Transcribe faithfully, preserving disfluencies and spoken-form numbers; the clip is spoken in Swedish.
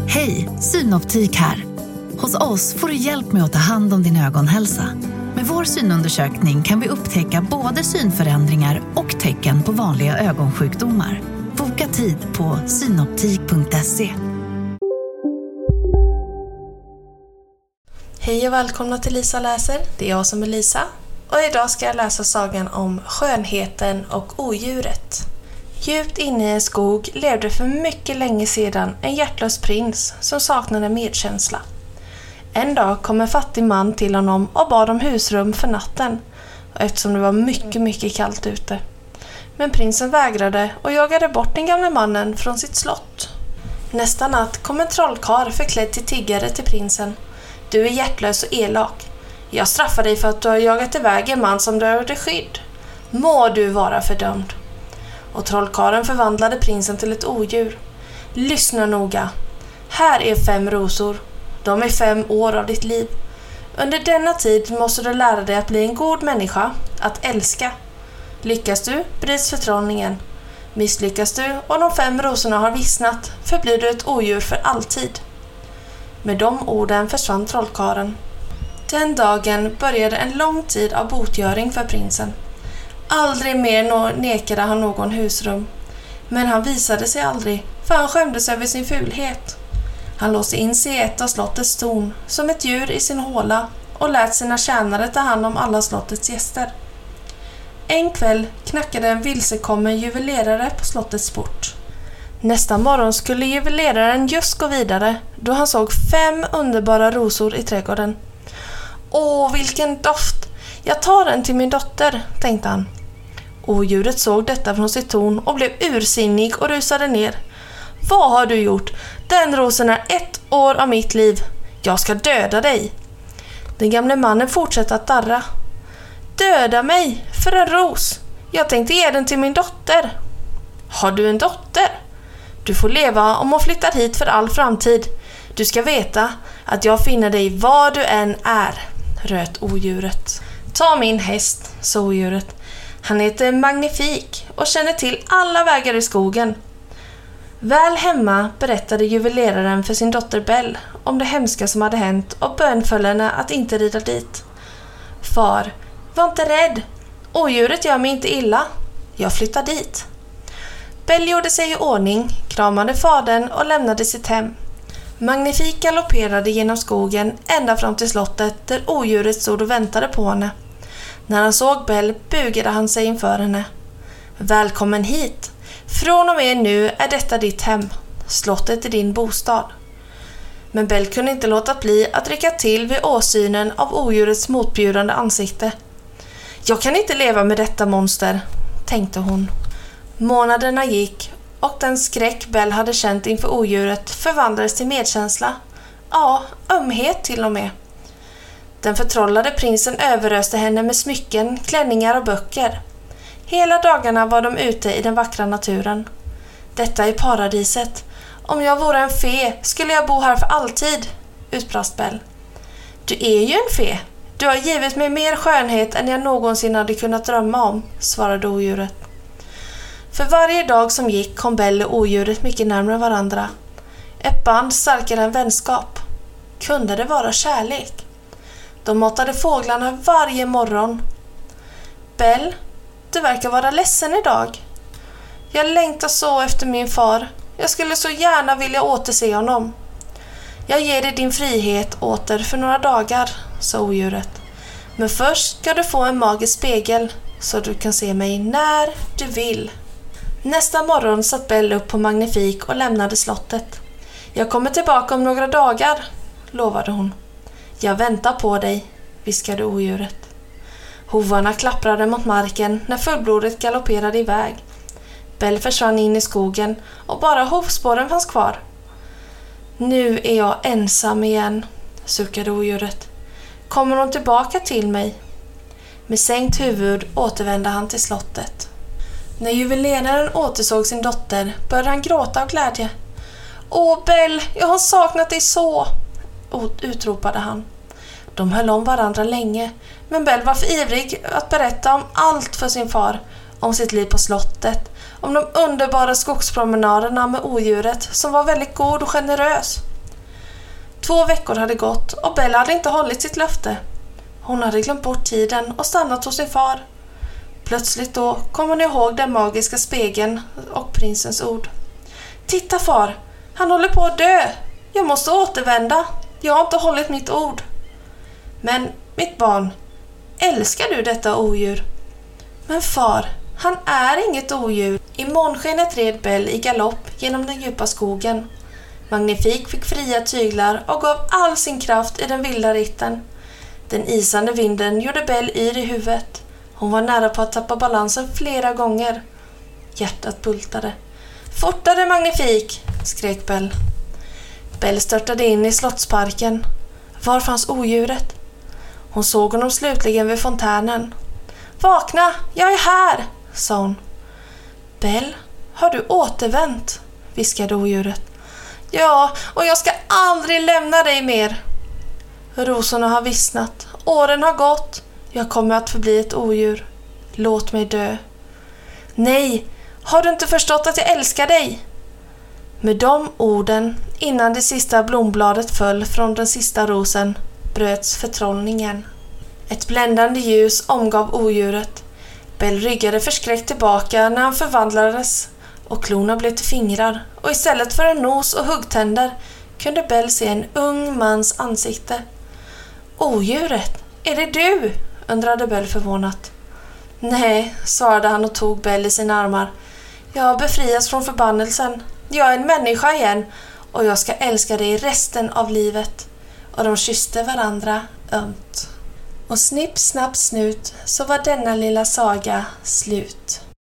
Hej, Synoptik här. Hos oss får du hjälp med att ta hand om din ögonhälsa. Med vår synundersökning kan vi upptäcka både synförändringar och tecken på vanliga ögonsjukdomar. Boka tid på synoptik punkt se. Hej och välkomna till Lisa läser. Det är jag som är Lisa. Och idag ska jag läsa sagan om skönheten och odjuret. Djupt inne i en skog levde för mycket länge sedan en hjärtlös prins som saknade medkänsla. En dag kom en fattig man till honom och bad om husrum för natten, eftersom det var mycket, mycket kallt ute. Men prinsen vägrade och jagade bort den gamla mannen från sitt slott. Nästa natt kom en trollkarl förklädd till tiggare till prinsen. Du är hjärtlös och elak. Jag straffar dig för att du har jagat iväg en man som behövde skydd. Må du vara fördömd. Och trollkarlen förvandlade prinsen till ett odjur. Lyssna noga. Här är fem rosor. De är fem år av ditt liv. Under denna tid måste du lära dig att bli en god människa, att älska. Lyckas du, bryts förtrollningen. Misslyckas du och de fem rosorna har vissnat, förblir du ett odjur för alltid. Med de orden försvann trollkarlen. Den dagen började en lång tid av botgöring för prinsen. Aldrig mer nekade han någon husrum. Men han visade sig aldrig, för han skämdes över sin fulhet. Han låste in sig i ett av slottets torn, som ett djur i sin håla, och lät sina tjänare ta hand om alla slottets gäster. En kväll knackade en vilsekommen juvelerare på slottets port. Nästa morgon skulle juveleraren just gå vidare, då han såg fem underbara rosor i trädgården. Åh, vilken doft! Jag tar den till min dotter, tänkte han. Odjuret såg detta från sitt torn och blev ursinnig och rusade ner. Vad har du gjort? Den rosen är ett år av mitt liv. Jag ska döda dig. Den gamle mannen fortsatte att darra. Döda mig för en ros. Jag tänkte ge den till min dotter. Har du en dotter? Du får leva om hon flyttar hit för all framtid. Du ska veta att jag finner dig var du än är, röt odjuret. Ta min häst, sa odjuret. Han heter Magnifik och känner till alla vägar i skogen. Väl hemma berättade juveleraren för sin dotter Bell om det hemska som hade hänt och bönföll henne att inte rida dit. Far, var inte rädd. Odjuret gör mig inte illa. Jag flyttar dit. Bell gjorde sig i ordning, kramade fadern och lämnade sitt hem. Magnifik galopperade genom skogen ända fram till slottet där odjuret stod och väntade på henne. När han såg Bell bugade han sig inför henne. Välkommen hit. Från och med nu är detta ditt hem. Slottet är din bostad. Men Bell kunde inte låta bli att rycka till vid åsynen av odjurets motbjudande ansikte. Jag kan inte leva med detta monster, tänkte hon. Månaderna gick och den skräck Bell hade känt inför odjuret förvandlades till medkänsla. Ja, ömhet till och med. Den förtrollade prinsen överöste henne med smycken, klänningar och böcker. Hela dagarna var de ute i den vackra naturen. Detta är paradiset. Om jag vore en fe skulle jag bo här för alltid, utbrast Bell. Du är ju en fe. Du har givit mig mer skönhet än jag någonsin hade kunnat drömma om, svarade odjuret. För varje dag som gick kom Bell och odjuret mycket närmare varandra. Ett band starkare än vänskap. Kunde det vara kärlek? De matade fåglarna varje morgon. Bell, du verkar vara ledsen idag. Jag längtar så efter min far. Jag skulle så gärna vilja återse honom. Jag ger dig din frihet åter för några dagar, sa odjuret. Men först ska du få en magisk spegel så du kan se mig när du vill. Nästa morgon satt Bell upp på Magnifik och lämnade slottet. Jag kommer tillbaka om några dagar, lovade hon. Jag väntar på dig, viskade odjuret. Hovarna klapprade mot marken när fullblodet galopperade iväg. Bell försvann in i skogen och bara hovspåren fanns kvar. Nu är jag ensam igen, suckade odjuret. Kommer hon tillbaka till mig? Med sänkt huvud återvände han till slottet. När juveleraren återsåg sin dotter började han gråta av glädje. Åh Bell, jag har saknat dig så, utropade han. De höll om varandra länge, men Bell var för ivrig att berätta om allt för sin far, om sitt liv på slottet, om de underbara skogspromenaderna med odjuret som var väldigt god och generös. Två veckor hade gått och Belle hade inte hållit sitt löfte. Hon hade glömt bort tiden och stannat hos sin far. Plötsligt då kom hon ihåg den magiska spegeln och prinsens ord. Titta far, han håller på att dö. Jag måste återvända. Jag har inte hållit mitt ord. Men mitt barn, älskar du detta odjur? Men far, han är inget odjur. I månskenet red Belle i galopp genom den djupa skogen. Magnifik fick fria tyglar och gav all sin kraft i den vilda ritten. Den isande vinden gjorde Belle yr i huvudet. Hon var nära på att tappa balansen flera gånger. Hjärtat bultade. Fortare Magnifik, skrek Belle. Belle störtade in i slottsparken. Var fanns odjuret? Hon såg honom slutligen vid fontänen. Vakna, jag är här, sa hon. Belle, har du återvänt? Viskade odjuret. Ja, och jag ska aldrig lämna dig mer. Rosorna har vissnat, åren har gått. Jag kommer att förbli ett odjur. Låt mig dö. Nej, har du inte förstått att jag älskar dig? Med de orden, innan det sista blombladet föll från den sista rosen, bröts förtrollningen. Ett bländande ljus omgav odjuret. Belle ryggade förskräckt tillbaka när han förvandlades och klorna blev till fingrar, och istället för en nos och huggtänder kunde Belle se en ung mans ansikte. Odjuret, är det du? Undrade Belle förvånat. Nej, svarade han och tog Belle i sina armar. Jag har befriats från förbannelsen. Jag är en människa igen och jag ska älska dig resten av livet. Och de kysste varandra ömt. Och snipp, snapp, snut så var denna lilla saga slut.